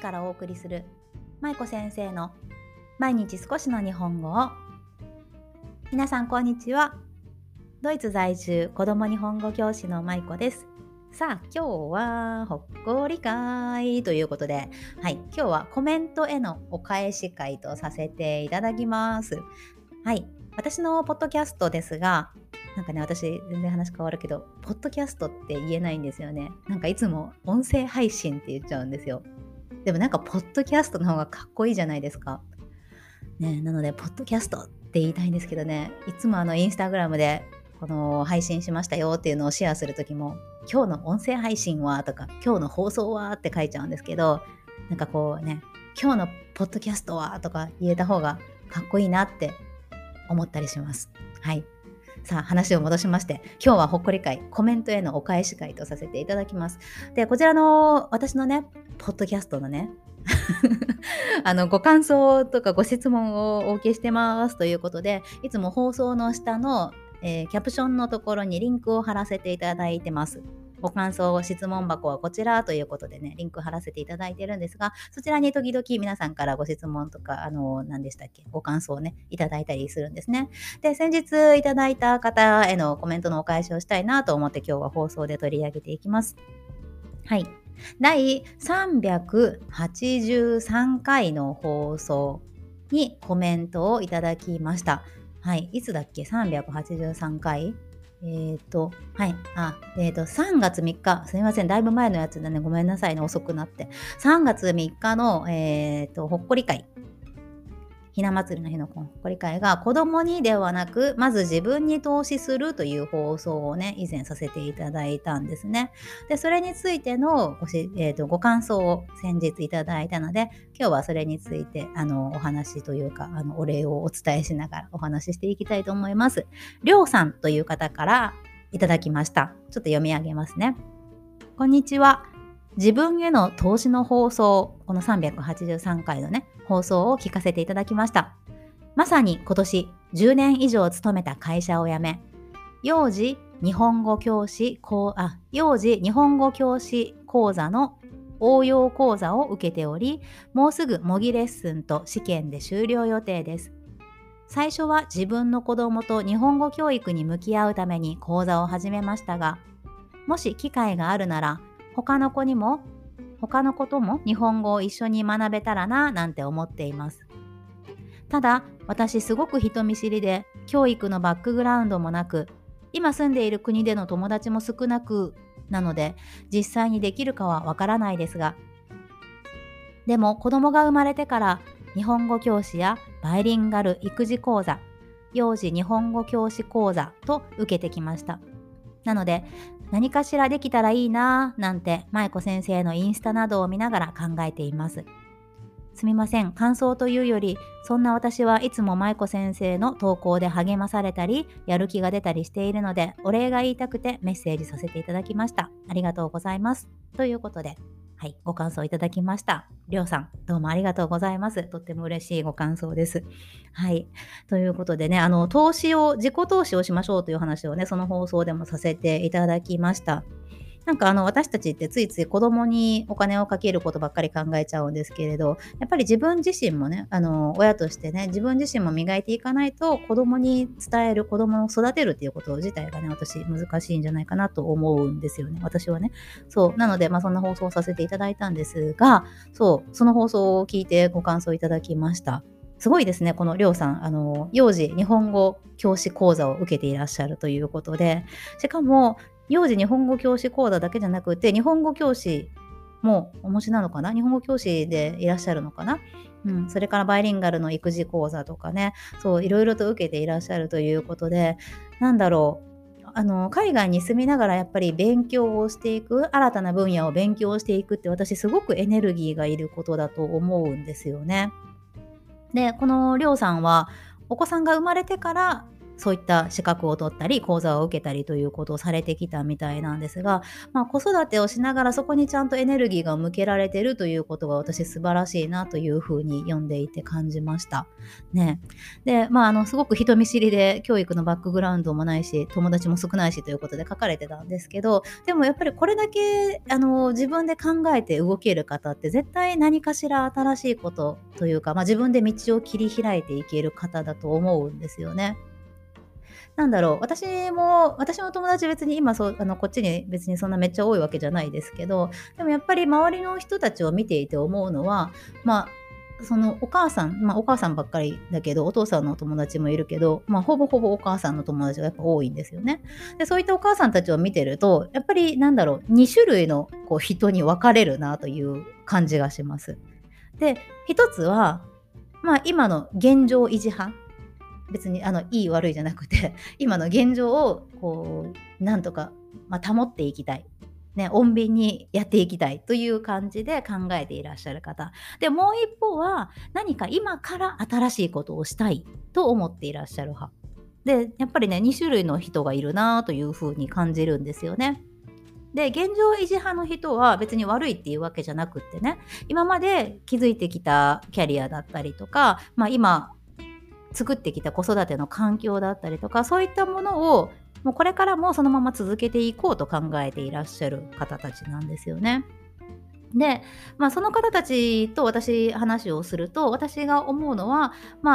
からお送りする舞子先生の毎日少しの日本語を。皆さんこんにちは。ドイツ在住子供日本語教師の舞子です。さあ今日はほっこり会ということで、今日はコメントへのお返し会とさせていただきます。私のポッドキャストですが、私全然話変わるけど、ポッドキャストって言えないんですよね。いつも音声配信って言っちゃうんですよ。でもポッドキャストの方がかっこいいじゃないですか。ね、なのでポッドキャストって言いたいんですけどね、いつもインスタグラムでこの配信しましたよっていうのをシェアするときも、今日の音声配信はとか、今日の放送はって書いちゃうんですけど、今日のポッドキャストはとか言えた方がかっこいいなって思ったりします。さあ話を戻しまして、今日はほっこり会、コメントへのお返し会とさせていただきます。で、こちらの私のね、ポッドキャストのねご感想とかご質問をお受けしてますということで、いつも放送の下の、キャプションのところにリンクを貼らせていただいてます。ご感想、質問箱はこちらということでね、リンク貼らせていただいてるんですが、そちらに時々皆さんからご質問とか、何でしたっけ、ご感想をね、いただいたりするんですね。で、先日いただいた方へのコメントのお返しをしたいなと思って今日は放送で取り上げていきます。第383回の放送にコメントをいただきました。いつだっけ ?383 回3月3日、すみません、だいぶ前のやつだね、ごめんなさいね、遅くなって。3月3日の、ほっこり会、ひな祭りの日のほっこり会が、子供にではなくまず自分に投資するという放送をね、以前させていただいたんですね。で、それについてのご感想を先日いただいたので、今日はそれについてお話というかお礼をお伝えしながらお話ししていきたいと思います。りょうさんという方からいただきました。ちょっと読み上げますね。こんにちは。自分への投資の放送、この383回のね、放送を聞かせていただきました。まさに今年10年以上勤めた会社を辞め、幼児日本語教師講座の応用講座を受けており、もうすぐ模擬レッスンと試験で終了予定です。最初は自分の子供と日本語教育に向き合うために講座を始めましたが、もし機会があるなら、他の子とも日本語を一緒に学べたらななんて思っています。ただ、私すごく人見知りで、教育のバックグラウンドもなく、今住んでいる国での友達も少なくなので、実際にできるかはわからないですが、でも子供が生まれてから日本語教師やバイリンガル育児講座、幼児日本語教師講座と受けてきました。なので、何かしらできたらいいなぁなんて舞子先生のインスタなどを見ながら考えています。すみません、感想というより、そんな私はいつも舞子先生の投稿で励まされたり、やる気が出たりしているので、お礼が言いたくてメッセージさせていただきました。ありがとうございます。ということで、ご感想いただきました。りょうさん、どうもありがとうございます。とっても嬉しいご感想です。ということでね、自己投資をしましょうという話をね、その放送でもさせていただきました。私たちってついつい子供にお金をかけることばっかり考えちゃうんですけれど、やっぱり自分自身もね、親としてね、自分自身も磨いていかないと、子供に伝える、子供を育てるっていうこと自体がね、私難しいんじゃないかなと思うんですよね、私はね。なので、そんな放送をさせていただいたんですが、その放送を聞いてご感想いただきました。すごいですね、このりょうさん、幼児日本語教師講座を受けていらっしゃるということで、しかも、幼児日本語教師講座だけじゃなくて、日本語教師もお持ちなのかな、日本語教師でいらっしゃるのかな、それからバイリンガルの育児講座とかね、いろいろと受けていらっしゃるということで、海外に住みながらやっぱり勉強をしていく、新たな分野を勉強していくって私すごくエネルギーがいることだと思うんですよね。で、このりょうさんはお子さんが生まれてからそういった資格を取ったり講座を受けたりということをされてきたみたいなんですが、子育てをしながらそこにちゃんとエネルギーが向けられているということが私素晴らしいなというふうに読んでいて感じました。ね。で、すごく人見知りで教育のバックグラウンドもないし、友達も少ないしということで書かれてたんですけど、でもやっぱりこれだけ自分で考えて動ける方って絶対何かしら新しいことというか、自分で道を切り開いていける方だと思うんですよね。私の友達別に今こっちに別にそんなめっちゃ多いわけじゃないですけど、でもやっぱり周りの人たちを見ていて思うのは、そのお母さん、お母さんばっかりだけど、お父さんのお友達もいるけど、ほぼほぼお母さんの友達がやっぱ多いんですよね。で、そういったお母さんたちを見てると、やっぱり2種類の人に分かれるなという感じがします。で、一つは、今の現状維持派。別にいい悪いじゃなくて今の現状をなんとか、保っていきたい。ね、穏便にやっていきたいという感じで考えていらっしゃる方。で、もう一方は何か今から新しいことをしたいと思っていらっしゃる派。で、やっぱりね、2種類の人がいるなというふうに感じるんですよね。で、現状維持派の人は別に悪いっていうわけじゃなくってね、今まで築いてきたキャリアだったりとか、今作ってきた子育ての環境だったりとか、そういったものをもうこれからもそのまま続けていこうと考えていらっしゃる方たちなんですよね。で、その方たちと私話をすると、私が思うのは、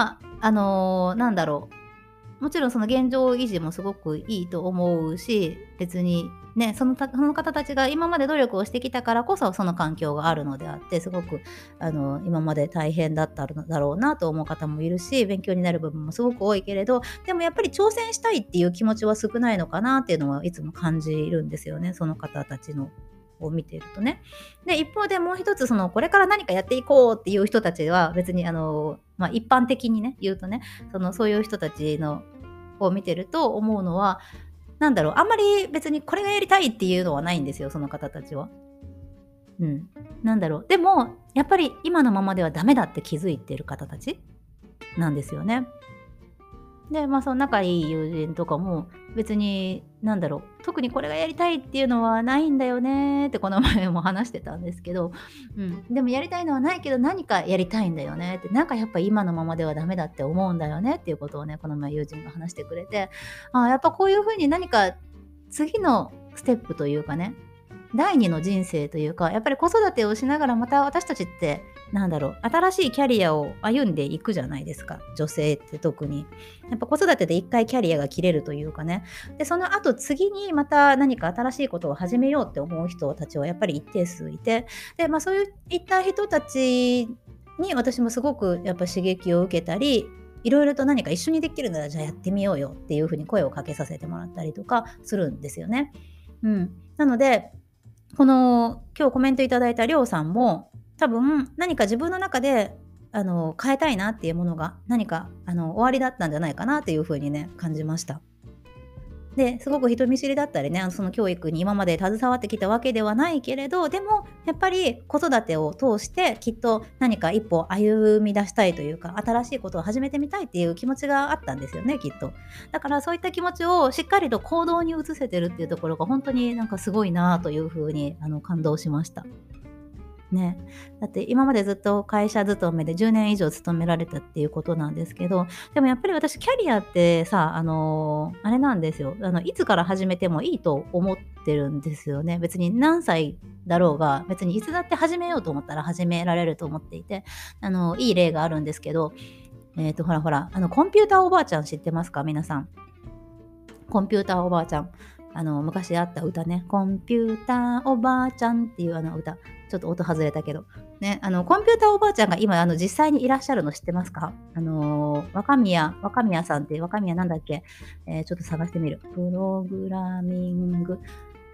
もちろんその現状維持もすごくいいと思うし、別にね、その方たちが今まで努力をしてきたからこそその環境があるのであって、すごく今まで大変だっただろうなと思う方もいるし、勉強になる部分もすごく多いけれど、でもやっぱり挑戦したいっていう気持ちは少ないのかなっていうのはいつも感じるんですよね、その方たちのを見ているとね。で、一方でもう一つこれから何かやっていこうっていう人たちは別に一般的にね、言うとね、そういう人たちのを見てると思うのは、あんまり別にこれがやりたいっていうのはないんですよ、その方たちは。うん。でも、やっぱり今のままではダメだって気づいてる方たちなんですよね。で、その仲いい友人とかも別に特にこれがやりたいっていうのはないんだよねってこの前も話してたんですけど、でもやりたいのはないけど何かやりたいんだよねって、やっぱ今のままではダメだって思うんだよねっていうことをね、この前友人が話してくれて、やっぱこういう風に何か次のステップというかね、第二の人生というか、やっぱり子育てをしながらまた私たちって新しいキャリアを歩んでいくじゃないですか。女性って特に。やっぱ子育てで一回キャリアが切れるというかね。で、その後次にまた何か新しいことを始めようって思う人たちはやっぱり一定数いて、で、そういった人たちに私もすごくやっぱ刺激を受けたり、いろいろと何か一緒にできるならじゃあやってみようよっていうふうに声をかけさせてもらったりとかするんですよね。なので、今日コメントいただいたりょうさんも、多分何か自分の中で変えたいなっていうものが何か終わりだったんじゃないかなっていう風にね、感じました。で、すごく人見知りだったりね、その教育に今まで携わってきたわけではないけれど、でもやっぱり子育てを通してきっと何か一歩歩み出したいというか、新しいことを始めてみたいっていう気持ちがあったんですよね、きっと。だからそういった気持ちをしっかりと行動に移せてるっていうところが本当にすごいなという風に感動しました。ね。だって今までずっと会社勤めで10年以上勤められたっていうことなんですけど、でもやっぱり私キャリアってさ、あれなんですよ。いつから始めてもいいと思ってるんですよね。別に何歳だろうが、別にいつだって始めようと思ったら始められると思っていて、いい例があるんですけど、ほら、コンピューターおばあちゃん知ってますか？皆さん。コンピューターおばあちゃん。昔あった歌ね。コンピューターおばあちゃんっていう歌。ちょっと音外れたけど。ね、コンピューターおばあちゃんが今、実際にいらっしゃるの知ってますか？若宮さんって、若宮なんだっけ？ちょっと探してみる。プログラミング。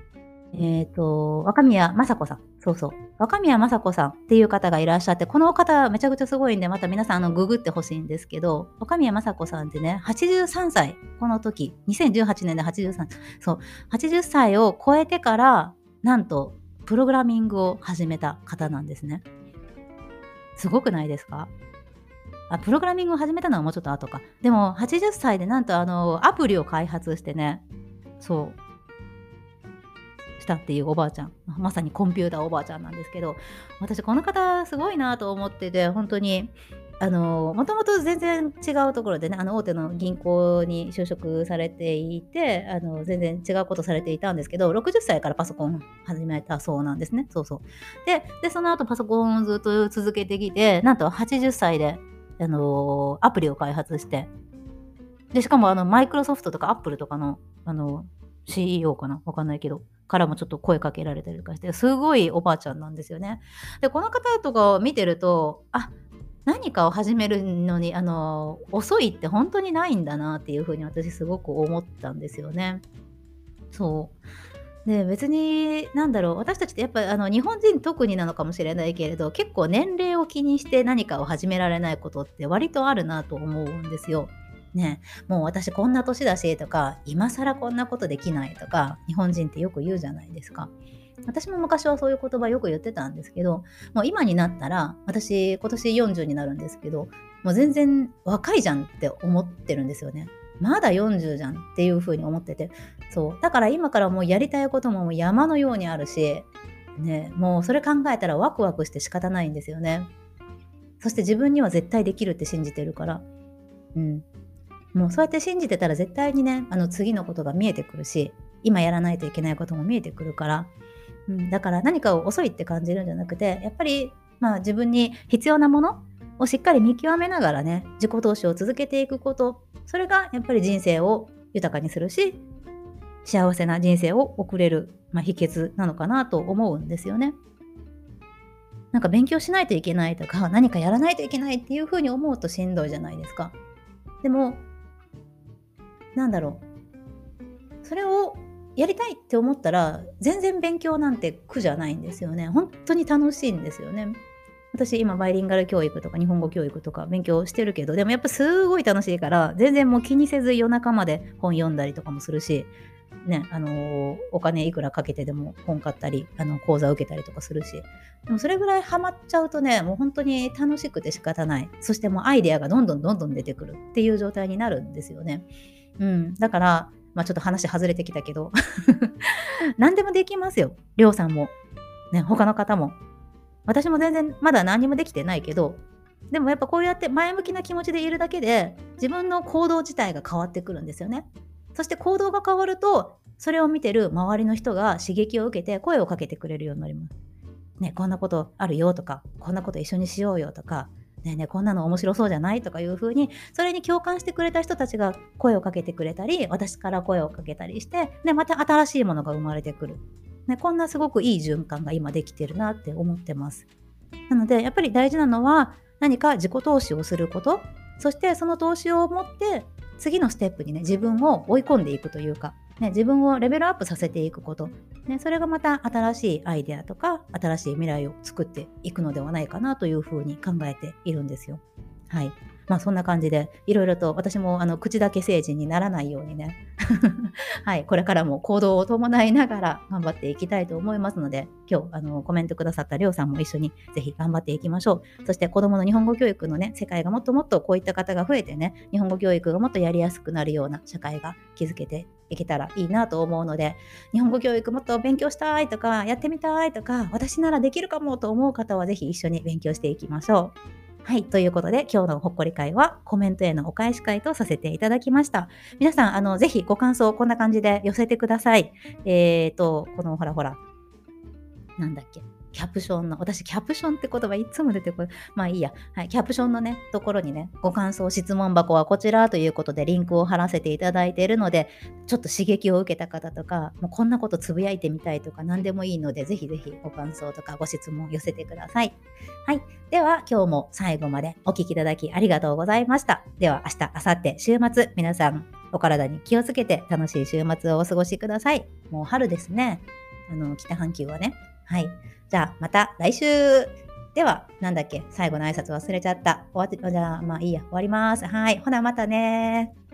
若宮正子さん。そうそう。若宮正子さんっていう方がいらっしゃって、この方めちゃくちゃすごいんで、また皆さんググってほしいんですけど、若宮正子さんってね、83歳、この時、2018年で83、そう、80歳を超えてから、なんと、プログラミングを始めた方なんですね。すごくないですか？ プログラミングを始めたのはもうちょっと後か。でも80歳でなんとアプリを開発してね、したっていうおばあちゃん、まさにコンピューターおばあちゃんなんですけど、私この方すごいなと思ってて、本当にもともと全然違うところでね、大手の銀行に就職されていて、全然違うことされていたんですけど、60歳からパソコン始めたそうなんですね。そうそう。で、その後パソコンをずっと続けてきて、なんと80歳で、アプリを開発して、で、しかもマイクロソフトとかアップルとかの、CEO かなわかんないけど、からもちょっと声かけられたりとかして、すごいおばあちゃんなんですよね。で、この方とかを見てると、何かを始めるのに遅いって本当にないんだなっていう風に私すごく思ったんですよね。そう。で、別に私たちってやっぱ日本人特になのかもしれないけれど、結構年齢を気にして何かを始められないことって割とあるなと思うんですよ。ね、もう私こんな年だしとか、今更こんなことできないとか、日本人ってよく言うじゃないですか。私も昔はそういう言葉よく言ってたんですけど、もう今になったら、私今年40になるんですけど、もう全然若いじゃんって思ってるんですよね。まだ40じゃんっていう風に思ってて、そう。だから今からもうやりたいことももう山のようにあるし、ね、もうそれ考えたらワクワクして仕方ないんですよね。そして自分には絶対できるって信じてるから、うん。もうそうやって信じてたら絶対にね、次のことが見えてくるし、今やらないといけないことも見えてくるから、だから何かを遅いって感じるんじゃなくて、やっぱり、自分に必要なものをしっかり見極めながらね、自己投資を続けていくこと、それがやっぱり人生を豊かにするし、幸せな人生を送れる、秘訣なのかなと思うんですよね。なんか勉強しないといけないとか、何かやらないといけないっていうふうに思うとしんどいじゃないですか。でも、それをやりたいって思ったら、全然勉強なんて苦じゃないんですよね。本当に楽しいんですよね。私今バイリンガル教育とか日本語教育とか勉強してるけど、でもやっぱすごい楽しいから、全然もう気にせず夜中まで本読んだりとかもするし、ね、お金いくらかけてでも本買ったり、講座受けたりとかするし、でもそれぐらいハマっちゃうとね、もう本当に楽しくて仕方ない。そしてもうアイデアがどんどん出てくるっていう状態になるんですよね。だから、ちょっと話外れてきたけど、何でもできますよ。りょうさんも、ね、他の方も。私も全然まだ何にもできてないけど、でもやっぱこうやって前向きな気持ちでいるだけで、自分の行動自体が変わってくるんですよね。そして行動が変わると、それを見てる周りの人が刺激を受けて声をかけてくれるようになります。ね、こんなことあるよとか、こんなこと一緒にしようよとか、ねえねえこんなの面白そうじゃないとかいう風に、それに共感してくれた人たちが声をかけてくれたり、私から声をかけたりして、で、また新しいものが生まれてくる。ね、こんなすごくいい循環が今できてるなって思ってます。なので、やっぱり大事なのは、何か自己投資をすること、そしてその投資を持って、次のステップにね、自分を追い込んでいくというか、ね、自分をレベルアップさせていくこと、ね、それがまた新しいアイデアとか、新しい未来を作っていくのではないかなというふうに考えているんですよ。はい。そんな感じで、いろいろと私も口だけ成人にならないようにね、はい、これからも行動を伴いながら頑張っていきたいと思いますので、今日コメントくださったりょうさんも一緒にぜひ頑張っていきましょう。そして子どもの日本語教育のね、世界がもっともっとこういった方が増えてね、日本語教育がもっとやりやすくなるような社会が築けていけたらいいなと思うので、日本語教育もっと勉強したいとか、やってみたいとか、私ならできるかもと思う方はぜひ一緒に勉強していきましょう。はい。ということで、今日のほっこり会はコメントへのお返し会とさせていただきました。皆さん、ぜひご感想、こんな感じで寄せてください。このほら、なんだっけ。キャプションの、私キャプションって言葉いつも出てこる。まあいいや。はい。キャプションのね、ところにね、ご感想、質問箱はこちらということでリンクを貼らせていただいているので、ちょっと刺激を受けた方とか、もうこんなことつぶやいてみたいとか何でもいいので、ぜひぜひご感想とかご質問を寄せてください。はい。では、今日も最後までお聞きいただきありがとうございました。では、明日、明後日、週末、皆さん、お体に気をつけて楽しい週末をお過ごしください。もう春ですね。北半球はね。はい。じゃあ、また来週。では、なんだっけ、最後の挨拶忘れちゃった。じゃあ、まあいいや、終わります。はい。ほな、またね。